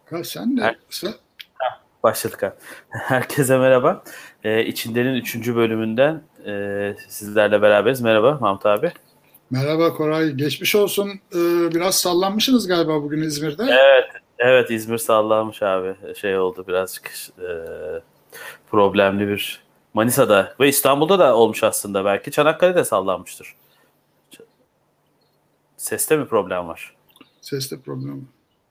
Ya sen de Her, başladık abi. Herkese merhaba. İçindenin 3. bölümünden sizlerle beraberiz. Merhaba Mahmut abi. merhaba Koray. Geçmiş olsun. Biraz sallanmışsınız galiba bugün İzmir'de. Evet, evet İzmir sallanmış abi. Şey oldu birazcık problemli bir Manisa'da ve İstanbul'da da olmuş aslında belki. Çanakkale'de sallanmıştır. Seste mi problem var? Seste problem.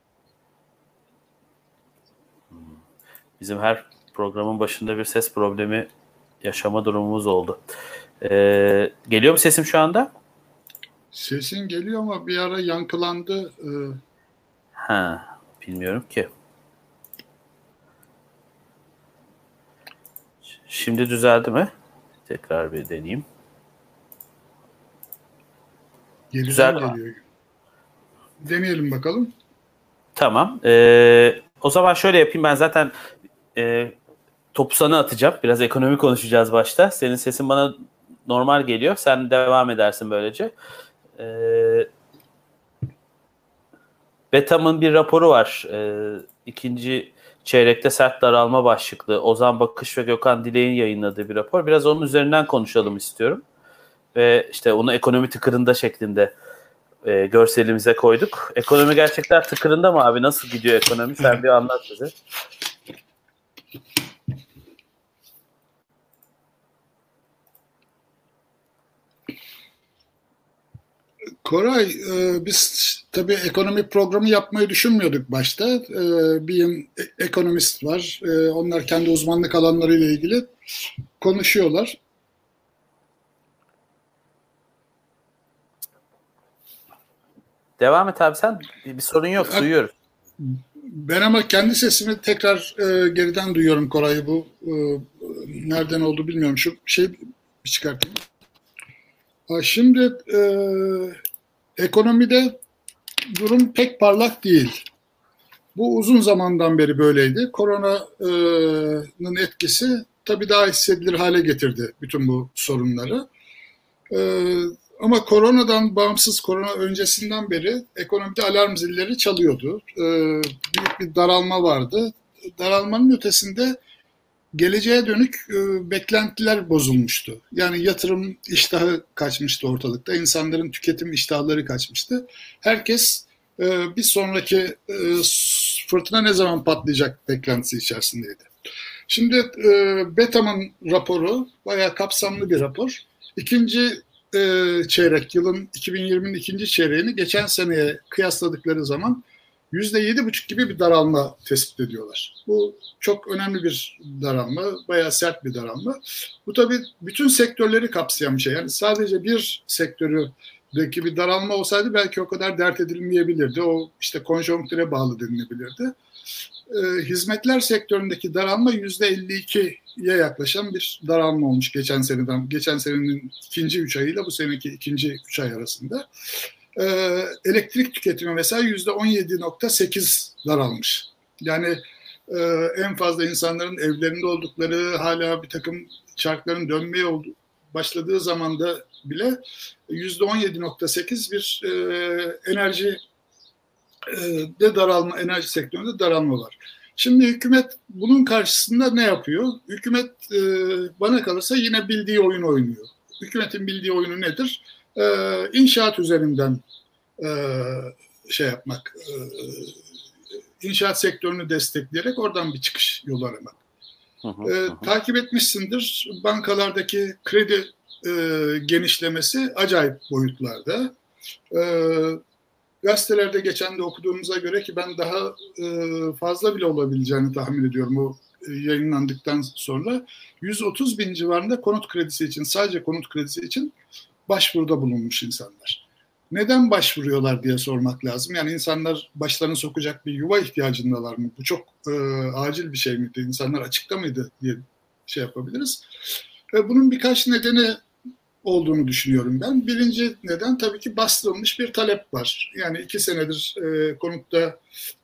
Bizim her programın başında bir ses problemi yaşama durumumuz oldu. Geliyor mu sesim şu anda? Sesin geliyor ama bir ara yankılandı. Ha, bilmiyorum ki. Şimdi düzeldi mi? Tekrar bir deneyeyim. Geriden Düzeldi mi? geliyor. Deneyelim bakalım. Tamam. O zaman şöyle yapayım. Ben zaten topu sana atacağım. Biraz ekonomi konuşacağız başta. Senin sesin bana normal geliyor. Sen devam edersin böylece. Betam'ın bir raporu var. İkinci çeyrekte sert daralma başlıklı. Ozan Bakış ve Gökhan Dilek'in yayınladığı bir rapor. Biraz onun üzerinden konuşalım istiyorum. Ve işte onu ekonomi tıkırında şeklinde görselimize koyduk. Ekonomi gerçekten tıkırında mı abi? Nasıl gidiyor ekonomi? Sen bir anlat bize. Koray, biz tabii ekonomi programı yapmayı düşünmüyorduk başta. Bir ekonomist var. Onlar kendi uzmanlık alanlarıyla ilgili konuşuyorlar. Devam et abi sen. Bir sorun yok. Duyuyoruz. Ben ama kendi sesimi tekrar geriden duyuyorum Koray. Bu nereden oldu bilmiyorum. Şu şey bir çıkartayım. Şimdi ekonomide durum pek parlak değil. Bu uzun zamandan beri böyleydi. Koronanın etkisi tabii daha hissedilir hale getirdi bütün bu sorunları. E, Ama koronadan bağımsız, korona öncesinden beri ekonomide alarm zilleri çalıyordu. Büyük bir daralma vardı. Daralmanın ötesinde geleceğe dönük beklentiler bozulmuştu. Yani yatırım iştahı kaçmıştı ortalıkta. İnsanların tüketim iştahları kaçmıştı. Herkes bir sonraki fırtına ne zaman patlayacak beklentisi içerisindeydi. Şimdi Betam'ın raporu bayağı kapsamlı bir rapor. İkinci çeyrek yılın 2020'nin ikinci çeyreğini geçen seneye kıyasladıkları zaman %7,5 gibi bir daralma tespit ediyorlar. Bu çok önemli bir daralma, bayağı sert bir daralma. Bu tabii bütün sektörleri kapsayan bir şey. Yani sadece bir sektöründeki bir daralma olsaydı belki o kadar dert edilmeyebilirdi. O işte konjonktüre bağlı denilebilirdi. Hizmetler sektöründeki daralma %52'ye yaklaşan bir daralma olmuş geçen seneden. Geçen senenin ikinci 3 ayıyla bu seneki ikinci 3 ay arasında. Elektrik tüketimi mesela %17,8 daralmış. Yani en fazla insanların evlerinde oldukları, hala bir takım çarkların dönmeye başladığı zamanda bile %17,8 bir enerji de daralma, enerji sektöründe daralma var. Şimdi hükümet bunun karşısında ne yapıyor? Hükümet bana kalırsa yine bildiği oyunu oynuyor. Hükümetin bildiği oyunu nedir? İnşaat üzerinden şey yapmak, inşaat sektörünü destekleyerek oradan bir çıkış yolu aramak. Takip etmişsindir, bankalardaki kredi genişlemesi acayip boyutlarda. Gazetelerde geçen de okuduğumuza göre ki ben daha fazla bile olabileceğini tahmin ediyorum o yayınlandıktan sonra 130 bin civarında konut kredisi için, sadece konut kredisi için başvuruda bulunmuş insanlar. Neden başvuruyorlar diye sormak lazım. Yani insanlar başlarını sokacak bir yuva ihtiyacındalar mı? Bu çok acil bir şey miydi? İnsanlar açıkta mıydı diye şey yapabiliriz. Bunun birkaç nedeni olduğunu düşünüyorum ben. Birinci neden tabii ki bastırılmış bir talep var. Yani 2 senedir konutta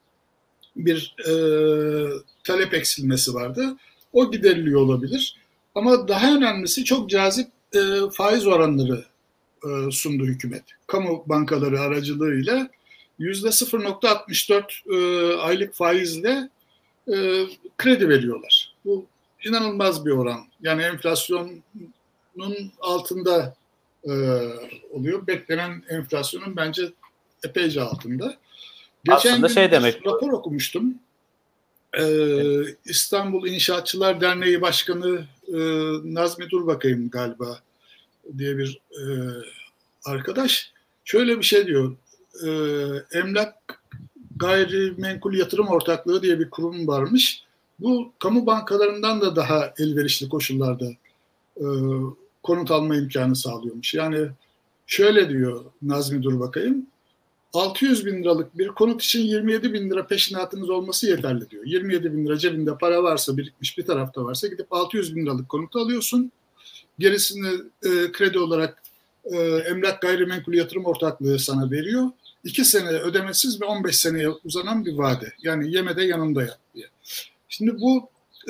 bir talep eksilmesi vardı. O gideriliyor olabilir. Ama daha önemlisi çok cazip faiz oranları sundu hükümet. Kamu bankaları aracılığıyla %0,64 aylık faizle kredi veriyorlar. Bu inanılmaz bir oran. Yani enflasyonun altında oluyor. Beklenen enflasyonun bence epeyce altında. Geçen aslında gün demek. rapor okumuştum. İstanbul İnşaatçılar Derneği Başkanı Nazmi Durbakayım galiba diye bir arkadaş şöyle bir şey diyor. Emlak Gayrimenkul Yatırım Ortaklığı diye bir kurum varmış. Bu kamu bankalarından da daha elverişli koşullarda konut alma imkanı sağlıyormuş. Yani şöyle diyor Nazmi Durbakayım, 600 bin liralık bir konut için 27 bin lira peşinatınız olması yeterli diyor. 27 bin lira cebinde para varsa, birikmiş bir tarafta varsa gidip 600 bin liralık konut alıyorsun. Gerisini kredi olarak Emlak Gayrimenkul Yatırım Ortaklığı sana veriyor. 2 sene ödemesiz ve 15 seneye uzanan bir vade. Yani yeme de yanında yat diye. Şimdi bu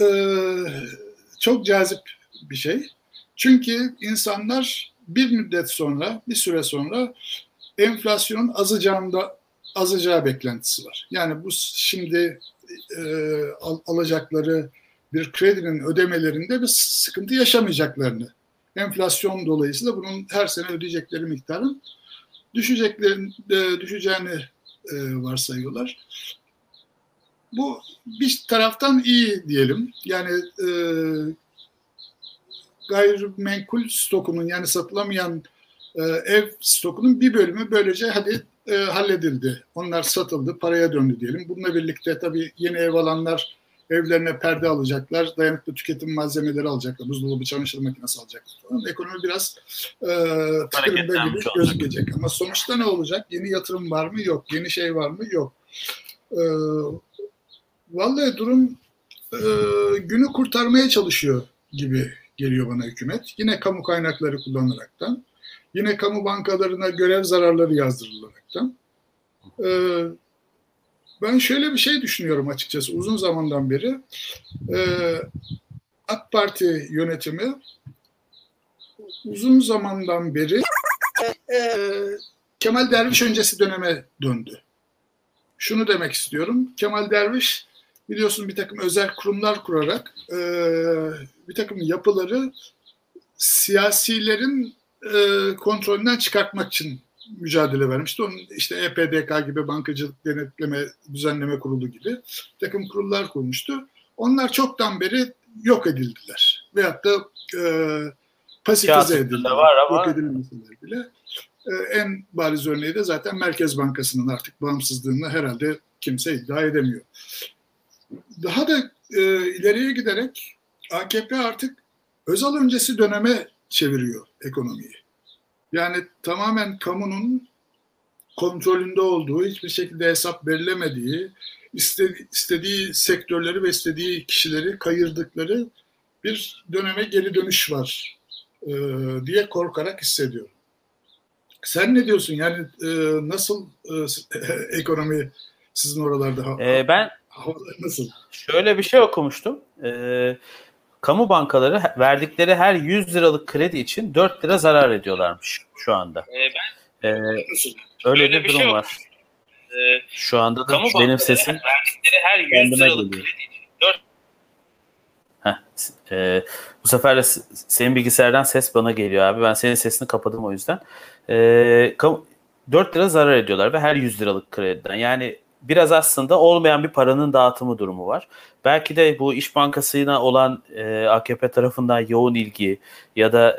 çok cazip bir şey. Çünkü insanlar bir müddet sonra, bir süre sonra enflasyonun azacağı beklentisi var. Yani bu şimdi alacakları bir kredinin ödemelerinde bir sıkıntı yaşamayacaklarını, enflasyon dolayısıyla bunun her sene ödeyecekleri miktarın düşeceğini varsayıyorlar. Bu bir taraftan iyi diyelim. Yani gayrimenkul stokunun, yani satılamayan ev stokunun bir bölümü böylece halledildi. Onlar satıldı, paraya döndü diyelim. Bununla birlikte tabii yeni ev alanlar evlerine perde alacaklar, dayanıklı tüketim malzemeleri alacaklar, buzdolabı, çamaşır makinesi alacaklar falan. Ekonomi biraz tıkırında gibi gözükecek. Ama sonuçta ne olacak? Yeni yatırım var mı? Yok. Yeni şey var mı? Yok. Vallahi durum günü kurtarmaya çalışıyor gibi geliyor bana hükümet. Yine kamu kaynakları kullanaraktan, yine kamu bankalarına görev zararları yazdırılaraktan. Ben şöyle bir şey düşünüyorum açıkçası uzun zamandan beri. AK Parti yönetimi uzun zamandan beri Kemal Derviş öncesi döneme döndü. Şunu demek istiyorum. Kemal Derviş biliyorsun bir takım özel kurumlar kurarak bir takım yapıları siyasilerin kontrolünden çıkartmak için mücadele vermişti. Onun işte EPDK gibi, Bankacılık Denetleme Düzenleme Kurulu gibi bir takım kurullar kurmuştu. Onlar çoktan beri yok edildiler. Veyahut da pasifize edildiler. Yok edilmeseler bile. En bariz örneği de zaten Merkez Bankası'nın artık bağımsızlığını herhalde kimse iddia edemiyor. Daha da ileriye giderek AKP artık Özal öncesi döneme çeviriyor ekonomiyi. Yani tamamen kamunun kontrolünde olduğu, hiçbir şekilde hesap verilemediği, istediği sektörleri ve istediği kişileri kayırdıkları bir döneme geri dönüş var diye korkarak hissediyorum. Sen ne diyorsun? Yani nasıl ekonomi sizin oralarda? Ben nasıl? Şöyle bir şey okumuştum. Kamu bankaları verdikleri her 100 liralık kredi için 4 lira zarar ediyorlarmış şu anda. Öyle bir durum var. Şu anda da benim sesim verdikleri her 100 liralık kredi için 4 bu sefer de senin bilgisayardan ses bana geliyor abi. Ben senin sesini kapadım o yüzden. 4 lira zarar ediyorlar ve her 100 liralık krediden. Yani biraz aslında olmayan bir paranın dağıtımı durumu var. Belki de bu İş Bankası'na olan AKP tarafından yoğun ilgi ya da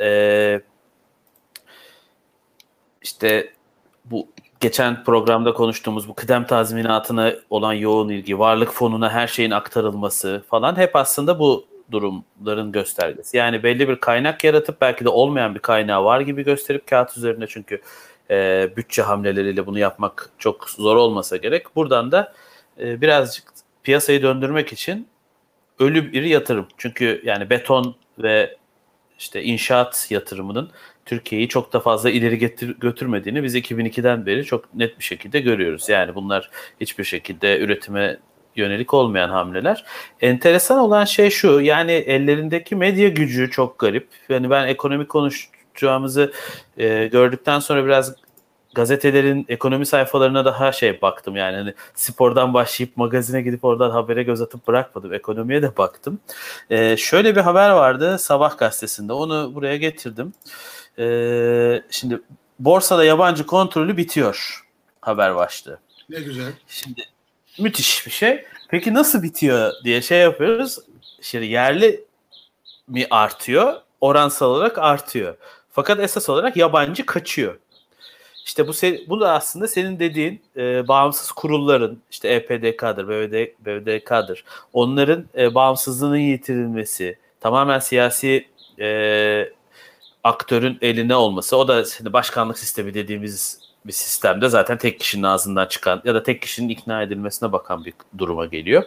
işte bu geçen programda konuştuğumuz bu kıdem tazminatına olan yoğun ilgi, varlık fonuna her şeyin aktarılması falan hep aslında bu durumların göstergesi. Yani belli bir kaynak yaratıp belki de olmayan bir kaynağı var gibi gösterip kağıt üzerinde, çünkü bütçe hamleleriyle bunu yapmak çok zor olmasa gerek. Buradan da birazcık piyasayı döndürmek için ölü bir yatırım. Çünkü yani beton ve işte inşaat yatırımının Türkiye'yi çok da fazla ileri götürmediğini biz 2002'den beri çok net bir şekilde görüyoruz. Yani bunlar hiçbir şekilde üretime yönelik olmayan hamleler. Enteresan olan şey şu, yani ellerindeki medya gücü çok garip. Yani ben ekonomik konuşacağımızı gördükten sonra biraz gazetelerin ekonomi sayfalarına daha baktım yani hani spordan başlayıp magazine gidip oradan habere göz atıp bırakmadım. Ekonomiye de baktım. Şöyle bir haber vardı Sabah gazetesinde. Onu buraya getirdim. Şimdi borsada yabancı kontrolü bitiyor haber başlığı. Ne güzel. Şimdi müthiş bir şey. Peki nasıl bitiyor diye yapıyoruz. Şimdi yerli mi artıyor? Oransal olarak artıyor. Fakat esas olarak yabancı kaçıyor. İşte bu da aslında senin dediğin bağımsız kurulların işte EPDK'dır, BVDK'dır. Onların bağımsızlığının yitirilmesi, tamamen siyasi aktörün eline olması. O da başkanlık sistemi dediğimiz bir sistemde zaten tek kişinin ağzından çıkan ya da tek kişinin ikna edilmesine bakan bir duruma geliyor.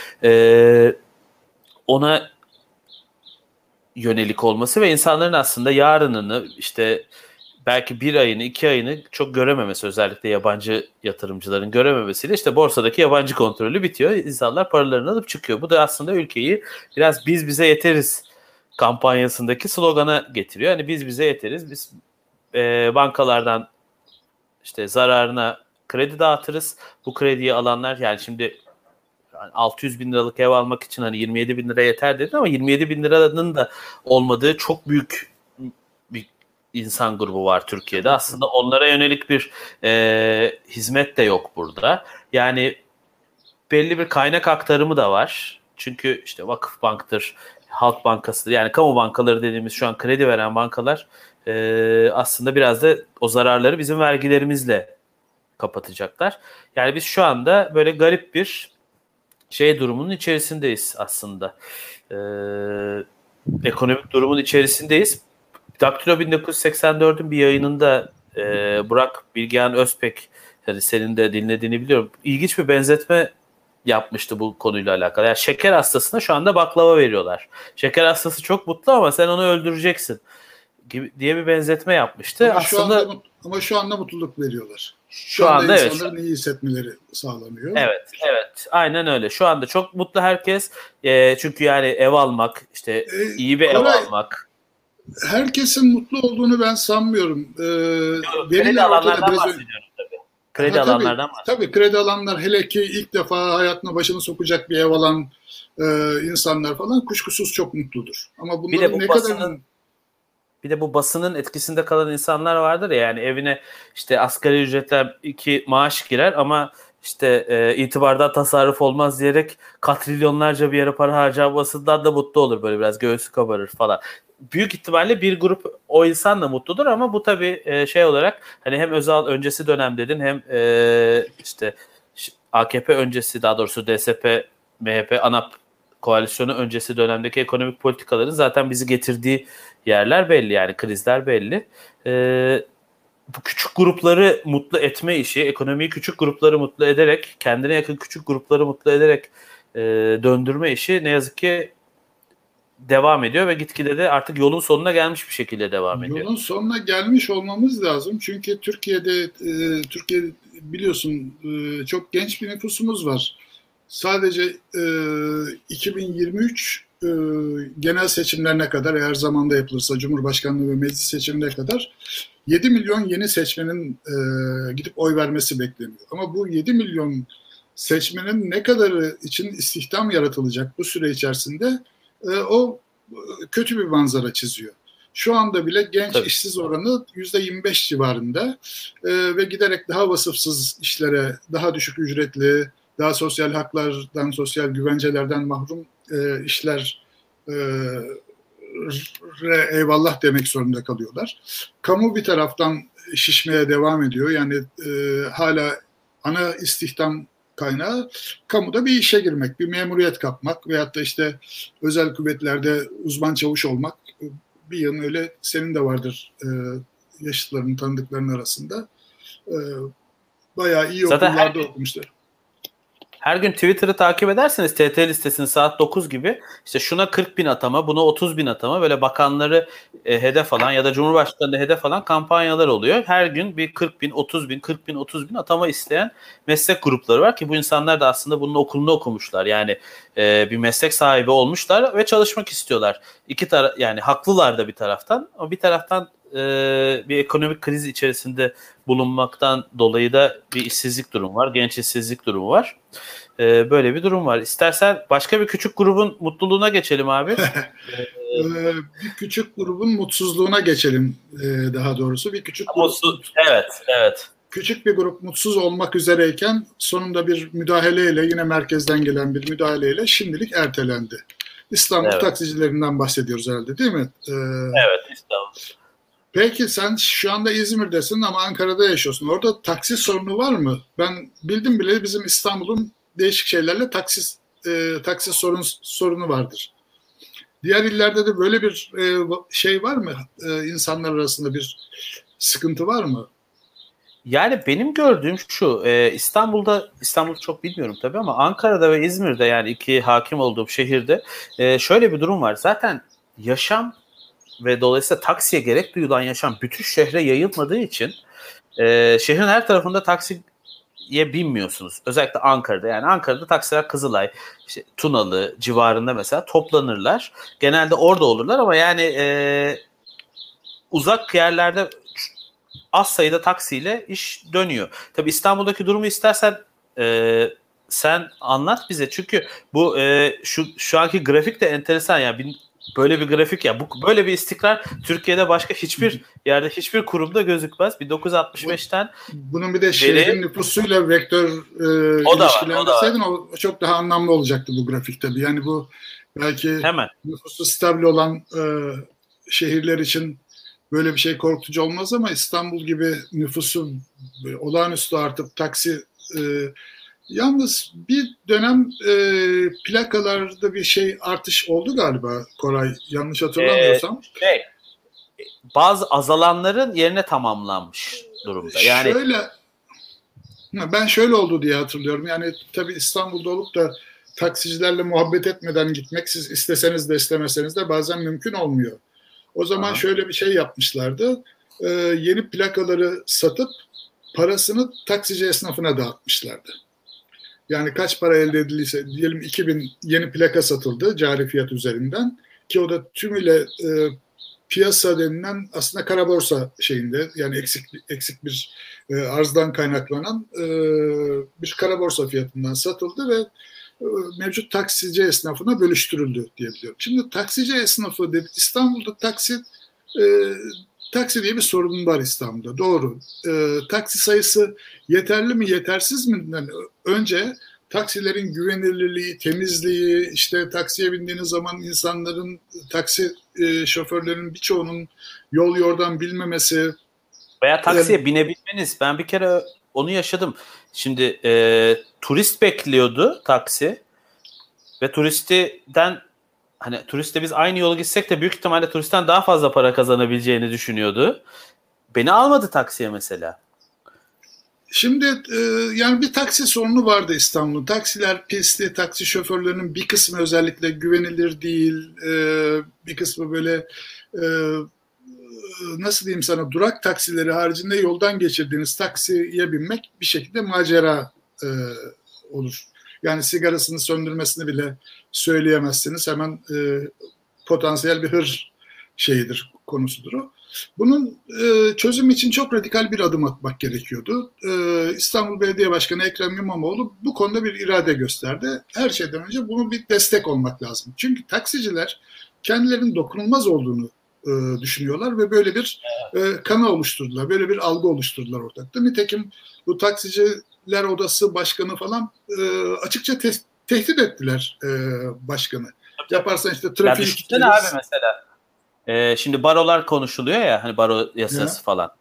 Ona yönelik olması ve insanların aslında yarınını işte belki bir ayını, 2 ayını çok görememesi, özellikle yabancı yatırımcıların görememesiyle işte borsadaki yabancı kontrolü bitiyor. İnsanlar paralarını alıp çıkıyor. Bu da aslında ülkeyi biraz biz bize yeteriz kampanyasındaki slogana getiriyor. Hani biz bize yeteriz. Biz bankalardan işte zararına kredi dağıtırız. Bu krediyi alanlar yani şimdi 600 bin liralık ev almak için hani 27 bin lira yeter dedi ama 27 bin liranın da olmadığı çok büyük bir insan grubu var Türkiye'de. Aslında onlara yönelik bir hizmet de yok burada. Yani belli bir kaynak aktarımı da var. Çünkü işte Vakıfbank'tır, Halk Bankası'dır. Yani kamu bankaları dediğimiz şu an kredi veren bankalar aslında biraz da o zararları bizim vergilerimizle kapatacaklar. Yani biz şu anda böyle garip bir durumunun içerisindeyiz aslında. Ekonomik durumun içerisindeyiz. Daktilo 1984'ün bir yayınında Burak Bilgehan Özpek, yani senin de dinlediğini biliyorum, İlginç bir benzetme yapmıştı bu konuyla alakalı. Yani şeker hastasına şu anda baklava veriyorlar. Şeker hastası çok mutlu ama sen onu öldüreceksin gibi diye bir benzetme yapmıştı. Ama şu anda mutluluk veriyorlar. Şu anda insanların iyi hissetmeleri sağlanıyor. Evet. Aynen öyle. Şu anda çok mutlu herkes. Çünkü yani ev almak, işte iyi bir ev almak. Herkesin mutlu olduğunu ben sanmıyorum. Kredi alanlardan bahsediyorum tabii. Kredi alanlardan bahsediyorum. Tabii kredi alanlar, hele ki ilk defa hayatına başını sokacak bir ev alan insanlar falan kuşkusuz çok mutludur. Ama bunların Bir de bu basının etkisinde kalan insanlar vardır ya, yani evine işte asgari ücretler 2 maaş girer ama işte itibarda tasarruf olmaz diyerek katrilyonlarca bir yere para harcamasından da mutlu olur, böyle biraz göğsü kabarır falan. Büyük ihtimalle bir grup o insan da mutludur ama bu tabii olarak hani hem Özal öncesi dönem dedin hem işte AKP öncesi, daha doğrusu DSP, MHP, ANAP koalisyonu öncesi dönemdeki ekonomik politikaların zaten bizi getirdiği yerler belli, yani krizler belli. Bu küçük grupları mutlu etme işi, ekonomiyi küçük grupları mutlu ederek, kendine yakın küçük grupları mutlu ederek döndürme işi ne yazık ki devam ediyor ve gitgide de artık yolun sonuna gelmiş bir şekilde devam ediyor. Yolun sonuna gelmiş olmamız lazım. Çünkü Türkiye biliyorsun çok genç bir nüfusumuz var. Sadece 2023 genel seçimlerine kadar, eğer zamanda yapılırsa Cumhurbaşkanlığı ve meclis seçimine kadar 7 milyon yeni seçmenin gidip oy vermesi bekleniyor. Ama bu 7 milyon seçmenin ne kadarı için istihdam yaratılacak bu süre içerisinde, o kötü bir manzara çiziyor. Şu anda bile genç işsiz oranı %25 civarında ve giderek daha vasıfsız işlere, daha düşük ücretli, daha sosyal haklardan, sosyal güvencelerden mahrum işler eyvallah demek zorunda kalıyorlar. Kamu bir taraftan şişmeye devam ediyor. Yani hala ana istihdam kaynağı kamuda bir işe girmek, bir memuriyet kapmak veyahut da işte özel kuvvetlerde uzman çavuş olmak. Bir yıl öyle senin de vardır yaşlıların, tanıdıkların arasında. Bayağı iyi okullarda okumuşlar. Her gün Twitter'ı takip ederseniz TT listesini saat 9 gibi işte şuna 40 bin atama, buna 30 bin atama, böyle bakanları hedef alan ya da Cumhurbaşkanı'nı hedef alan kampanyalar oluyor. Her gün bir 40 bin, 30 bin, 40 bin, 30 bin atama isteyen meslek grupları var ki bu insanlar da aslında bunun okulunu okumuşlar. Yani bir meslek sahibi olmuşlar ve çalışmak istiyorlar. Yani haklılar da bir taraftan ama bir taraftan bir ekonomik kriz içerisinde bulunmaktan dolayı da bir işsizlik durumu var. Genç işsizlik durumu var. Böyle bir durum var. İstersen başka bir küçük grubun mutluluğuna geçelim abi. Bir küçük grubun mutsuzluğuna geçelim daha doğrusu. Bir küçük grup, evet. Küçük bir grup mutsuz olmak üzereyken sonunda bir müdahaleyle, yine merkezden gelen bir müdahaleyle şimdilik ertelendi. İstanbul taksicilerinden bahsediyoruz herhalde, değil mi? Evet, İstanbul. Peki sen şu anda İzmir'desin ama Ankara'da yaşıyorsun. Orada taksi sorunu var mı? Ben bildim bile bizim İstanbul'un değişik şeylerle taksi sorunu vardır. Diğer illerde de böyle bir şey var mı? İnsanlar arasında bir sıkıntı var mı? Yani benim gördüğüm şu, İstanbul'u çok bilmiyorum tabii ama Ankara'da ve İzmir'de, yani iki hakim olduğum şehirde şöyle bir durum var. Zaten yaşam ve dolayısıyla taksiye gerek duyulan yaşam bütün şehre yayılmadığı için şehrin her tarafında taksiye binmiyorsunuz. Özellikle Ankara'da. Yani Ankara'da taksiler Kızılay, işte Tunalı civarında mesela toplanırlar. Genelde orada olurlar ama yani uzak yerlerde az sayıda taksiyle iş dönüyor. Tabii İstanbul'daki durumu istersen sen anlat bize. Çünkü bu şu anki grafik de enteresan. Yani böyle bir grafik, ya böyle bir istikrar Türkiye'de başka hiçbir yerde, hiçbir kurumda gözükmez. 1965'ten bunun bir de şehrin nüfusuyla vektör ilişkilendirseydin o çok daha anlamlı olacaktı bu grafik tabii. Yani bu belki nüfusu stabil olan şehirler için böyle bir şey korkutucu olmaz ama İstanbul gibi nüfusu olağanüstü artıp taksi yalnız bir dönem plakalarda bir şey artış oldu galiba Koray, yanlış hatırlamıyorsam. Bazı azalanların yerine tamamlanmış durumda. Yani ben şöyle oldu diye hatırlıyorum. Yani tabii İstanbul'da olup da taksicilerle muhabbet etmeden gitmek, siz isteseniz de istemeseniz de bazen mümkün olmuyor. O zaman şöyle bir şey yapmışlardı. Yeni plakaları satıp parasını taksici esnafına dağıtmışlardı. Yani kaç para elde edildiyse, diyelim 2000 yeni plaka satıldı cari fiyat üzerinden, ki o da tümüyle piyasa denilen aslında kara borsa şeyinde, yani eksik bir arzdan kaynaklanan bir kara borsa fiyatından satıldı ve mevcut taksici esnafına bölüştürüldü diye biliyorum. Şimdi taksici esnafı dedi, İstanbul'da taksi diye bir sorun var İstanbul'da. Doğru. Taksi sayısı yeterli mi, yetersiz mi? Yani önce taksilerin güvenilirliği, temizliği, işte taksiye bindiğiniz zaman insanların, taksi şoförlerinin birçoğunun yol yordan bilmemesi veya taksiye binebilmeniz. Ben bir kere onu yaşadım. Şimdi turist bekliyordu taksi ve turistle biz aynı yolu gitsek de büyük ihtimalle turistten daha fazla para kazanabileceğini düşünüyordu. Beni almadı taksiye mesela. Şimdi yani bir taksi sorunu vardı İstanbul'un. Taksiler pisli, taksi şoförlerinin bir kısmı özellikle güvenilir değil, bir kısmı böyle nasıl diyeyim sana, durak taksileri haricinde yoldan geçirdiğiniz taksiye binmek bir şekilde macera olur. Yani sigarasını söndürmesini bile söyleyemezsiniz. Hemen potansiyel bir hır konusudur o. Bunun çözüm için çok radikal bir adım atmak gerekiyordu. İstanbul Belediye Başkanı Ekrem İmamoğlu bu konuda bir irade gösterdi. Her şeyden önce bunu bir destek olmak lazım. Çünkü taksiciler kendilerinin dokunulmaz olduğunu düşünüyorlar ve böyle bir kanı oluşturdular. Böyle bir algı oluşturdular ortakta. Nitekim bu Taksiciler Odası Başkanı falan açıkça tehdit ettiler başkanı. Yaparsan işte trafiği kilitleriz. Abi mesela şimdi barolar konuşuluyor ya, hani baro yasası falan.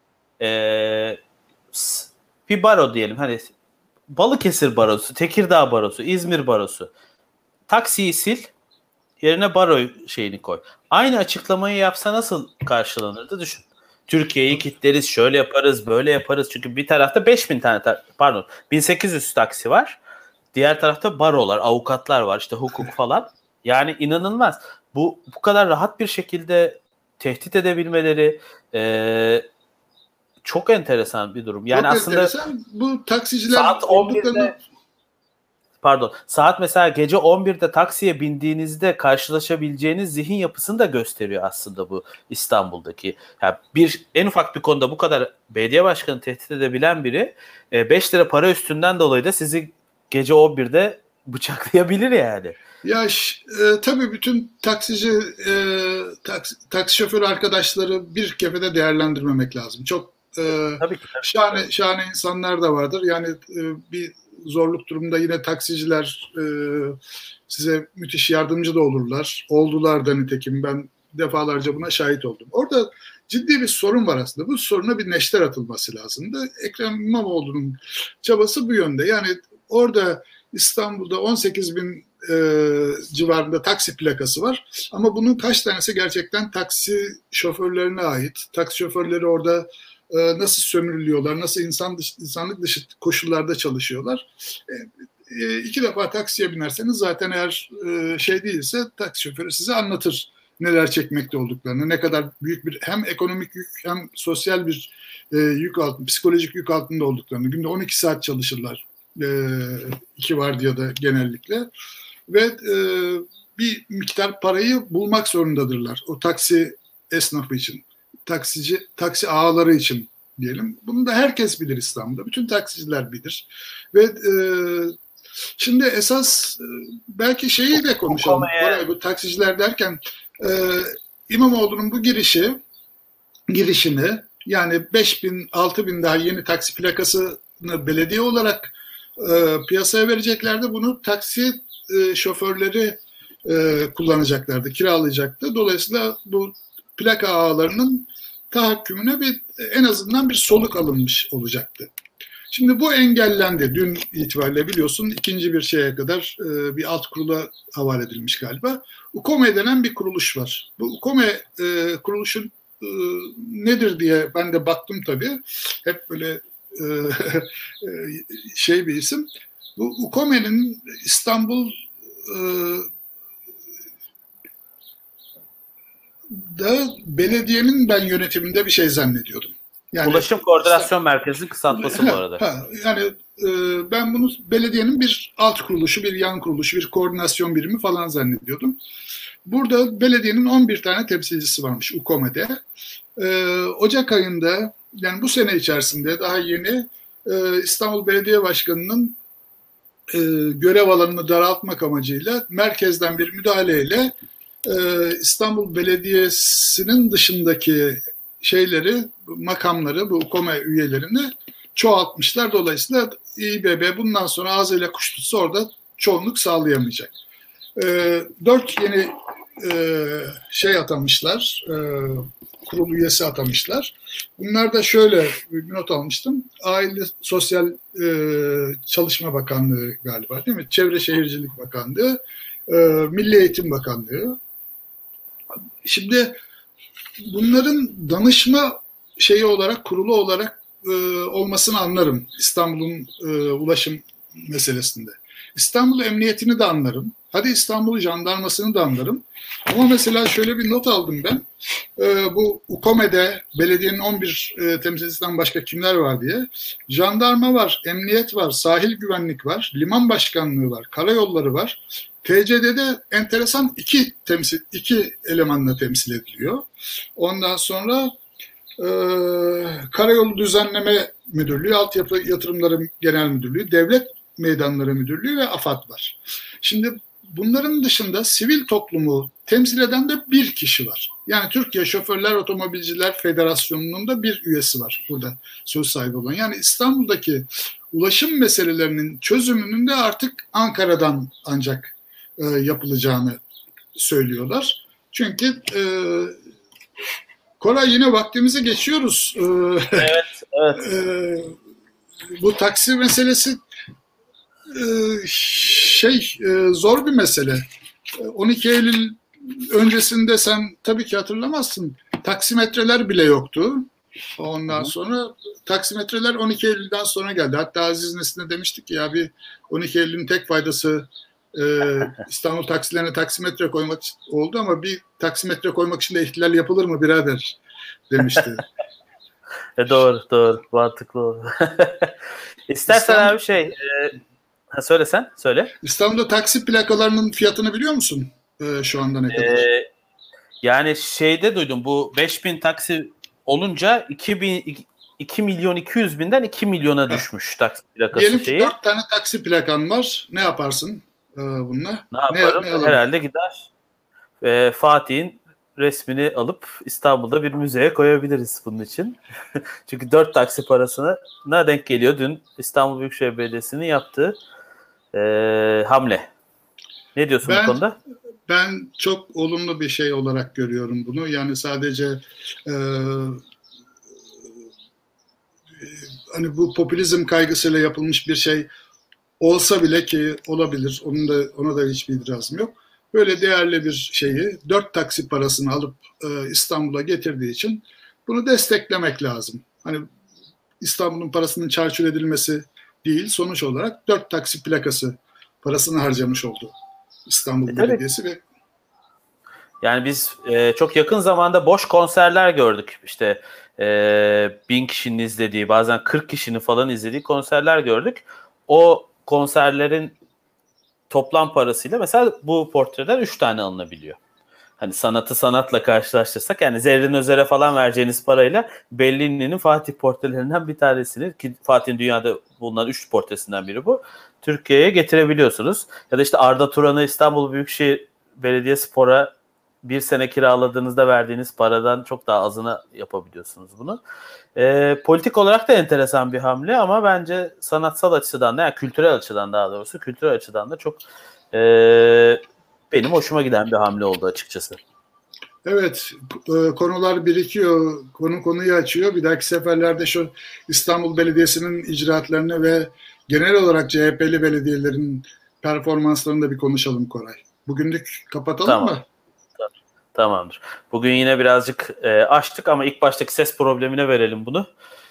Bir baro diyelim, hani Balıkesir barosu, Tekirdağ barosu, İzmir barosu. Taksiyi sil, yerine baro şeyini koy. Aynı açıklamayı yapsa nasıl karşılanırdı düşün. Türkiye'yi kilitleriz, şöyle yaparız, böyle yaparız. Çünkü bir tarafta 1800 taksi var. Diğer tarafta barolar, avukatlar var, işte hukuk falan. Yani inanılmaz. Bu kadar rahat bir şekilde tehdit edebilmeleri çok enteresan bir durum. Yani çok aslında enteresan. Bu taksiciler saat 11'de pardon, saat mesela gece 11'de taksiye bindiğinizde karşılaşabileceğiniz zihin yapısını da gösteriyor aslında bu İstanbul'daki. Yani en ufak bir konuda bu kadar belediye başkanı tehdit edebilen biri 5 lira para üstünden dolayı da sizi gece 11'de bıçaklayabilir yani. Ya tabii bütün taksici, taksi şoförü arkadaşları bir kefede değerlendirmemek lazım. Çok Tabii ki. şahane insanlar da vardır. Yani bir zorluk durumda yine taksiciler size müthiş yardımcı da olurlar. Oldular da nitekim, ben defalarca buna şahit oldum. Orada ciddi bir sorun var aslında. Bu soruna bir neşter atılması lazımdı. Ekrem İmamoğlu'nun çabası bu yönde. Yani orada İstanbul'da 18 bin civarında taksi plakası var. Ama bunun kaç tanesi gerçekten taksi şoförlerine ait? Taksi şoförleri orada nasıl sömürülüyorlar, nasıl insanlık dışı koşullarda çalışıyorlar? 2 defa taksiye binerseniz zaten, eğer şey değilse, taksi şoförü size anlatır neler çekmekte olduklarını, ne kadar büyük bir hem ekonomik yük hem sosyal bir psikolojik yük altında olduklarını. Günde 12 saat çalışırlar. 2 vardiyada genellikle ve bir miktar parayı bulmak zorundadırlar o taksi esnafı için, taksi ağaları için diyelim. Bunu da herkes bilir İstanbul'da. Bütün taksiciler bilir. Ve şimdi esas belki şeyi de konuşalım. Bu taksiciler derken İmamoğlu'nun bu girişini, yani 5.000, 6.000 daha yeni taksi plakasını belediye olarak piyasaya vereceklerdi. Bunu taksi şoförleri kullanacaklardı, kiralayacaktı. Dolayısıyla bu plaka ağlarının tahakkümüne en azından bir soluk alınmış olacaktı. Şimdi bu engellendi. Dün itibariyle biliyorsun, ikinci bir şeye kadar bir alt kurula havale edilmiş galiba. UKOME denen bir kuruluş var. Bu UKOME kuruluşun nedir diye ben de baktım tabii. Hep böyle şey bir isim. Bu UKOME'nin İstanbul da belediyenin ben yönetiminde bir şey zannediyordum. Yani, Ulaşım Koordinasyon Merkezi'nin kısaltması bu arada. Yani ben bunu belediyenin bir alt kuruluşu, bir yan kuruluşu, bir koordinasyon birimi falan zannediyordum. Burada belediyenin 11 tane temsilcisi varmış UKOME'de. Ocak ayında, yani bu sene içerisinde daha yeni, İstanbul Belediye Başkanı'nın görev alanını daraltmak amacıyla merkezden bir müdahaleyle İstanbul Belediyesi'nin dışındaki makamları, bu UKOME üyelerini çoğaltmışlar. Dolayısıyla İBB bundan sonra ağzıyla kuş tutsa orada çoğunluk sağlayamayacak. 4 yeni atamışlar, kurul üyesi atamışlar. Bunlar da şöyle bir not almıştım. Aile Sosyal Çalışma Bakanlığı galiba, değil mi? Çevre Şehircilik Bakanlığı, Milli Eğitim Bakanlığı. Şimdi bunların danışma kurulu olarak olmasını anlarım İstanbul'un ulaşım meselesinde. İstanbul Emniyetini de anlarım. Hadi İstanbul Jandarmasını da anlarım. Ama mesela şöyle bir not aldım ben. Bu UKOME'de belediyenin 11 temsilcisinden başka kimler var diye. Jandarma var, emniyet var, sahil güvenlik var, liman başkanlığı var, karayolları var. TCD'de enteresan iki elemanla temsil ediliyor. Ondan sonra Karayolu Düzenleme Müdürlüğü, Altyapı Yatırımları Genel Müdürlüğü, Devlet Meydanları Müdürlüğü ve AFAD var. Şimdi bunların dışında sivil toplumu temsil eden de bir kişi var. Yani Türkiye Şoförler Otomobilciler Federasyonu'nun da bir üyesi var burada söz sahibi olan. Yani İstanbul'daki ulaşım meselelerinin çözümünün de artık Ankara'dan ancak yapılacağını söylüyorlar. Çünkü Koray, yine vaktimizi geçiyoruz. Evet. Bu taksi meselesi zor bir mesele. 12 Eylül öncesinde sen tabii ki hatırlamazsın. Taksimetreler bile yoktu. Ondan sonra taksimetreler 12 Eylül'den sonra geldi. Hatta Aziz Nesin'e demiştik ki, ya bir 12 Eylül'ün tek faydası İstanbul taksilerine taksimetre koymak oldu, ama bir taksimetre koymak için de ihtilal yapılır mı birader demişti. Doğru, mantıklı oldu. İstersen abi Ha, söyle sen, söyle. İstanbul'da taksi plakalarının fiyatını biliyor musun? Şu anda ne kadar? Yani şeyde duydum, bu 5000 taksi olunca 2 milyon 200 binden 2 milyona düşmüş taksi plakası Diyelim ki şeyi. 4 tane taksi plakan var. Ne yaparsın bununla? Ne yaparım? Ne alabilirsin? Herhalde gider Fatih'in resmini alıp İstanbul'da bir müzeye koyabiliriz bunun için. Çünkü 4 taksi parasına denk geliyor dün İstanbul Büyükşehir Belediyesi'nin yaptığı hamle. Ne diyorsun bu konuda? Ben çok olumlu bir şey olarak görüyorum bunu. Yani sadece hani bu popülizm kaygısıyla yapılmış bir şey olsa bile, ki olabilir, ona da hiçbir itirazım yok. Böyle değerli bir şeyi 4 taksi parasını alıp İstanbul'a getirdiği için bunu desteklemek lazım. Hani İstanbul'un parasının çarçur edilmesi değil, sonuç olarak 4 taksi plakası parasını harcamış oldu İstanbul Belediyesi ve yani biz çok yakın zamanda boş konserler gördük. İşte 1000 kişinin izlediği, bazen 40 kişinin falan izlediği konserler gördük. O konserlerin toplam parasıyla mesela bu portreden 3 tane alınabiliyor. Hani sanatı sanatla karşılaştırsak, yani Zerrin Özer'e falan vereceğiniz parayla Bellini'nin Fatih portrelerinden bir tanesini, ki Fatih'in dünyada bulunan 3 portresinden biri bu, Türkiye'ye getirebiliyorsunuz. Ya da işte Arda Turan'ı İstanbul Büyükşehir Belediyespor'a bir sene kiraladığınızda verdiğiniz paradan çok daha azına yapabiliyorsunuz bunu. Politik olarak da enteresan bir hamle ama bence sanatsal açıdan da, yani kültürel açıdan, daha doğrusu kültürel açıdan da çok benim hoşuma giden bir hamle oldu açıkçası. Evet, konular birikiyor, konuyu açıyor. Bir dahaki seferlerde şu İstanbul Belediyesi'nin icraatlarını ve genel olarak CHP'li belediyelerin performanslarını da bir konuşalım Koray. Bugünlük kapatalım mı? Tamamdır. Bugün yine birazcık açtık ama ilk baştaki ses problemine verelim bunu.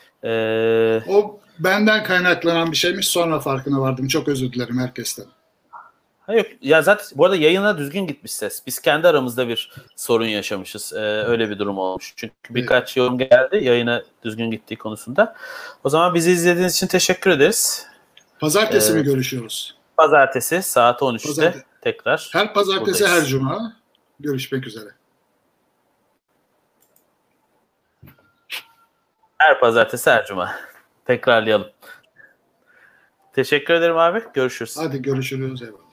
O benden kaynaklanan bir şeymiş, sonra farkına vardım. Çok özür dilerim herkesten. Yok ya, zaten bu arada yayına düzgün gitmiş ses. Biz kendi aramızda bir sorun yaşamışız. Öyle bir durum olmuş. Çünkü birkaç yorum geldi yayına düzgün gittiği konusunda. O zaman bizi izlediğiniz için teşekkür ederiz. Pazartesi mi görüşüyoruz? Pazartesi saat 13'te tekrar. Her pazartesi, buradayız. her cuma. Görüşmek üzere. Her pazartesi, her cuma. Tekrarlayalım. Teşekkür ederim abi. Görüşürüz. Hadi görüşürüz. Eyvallah.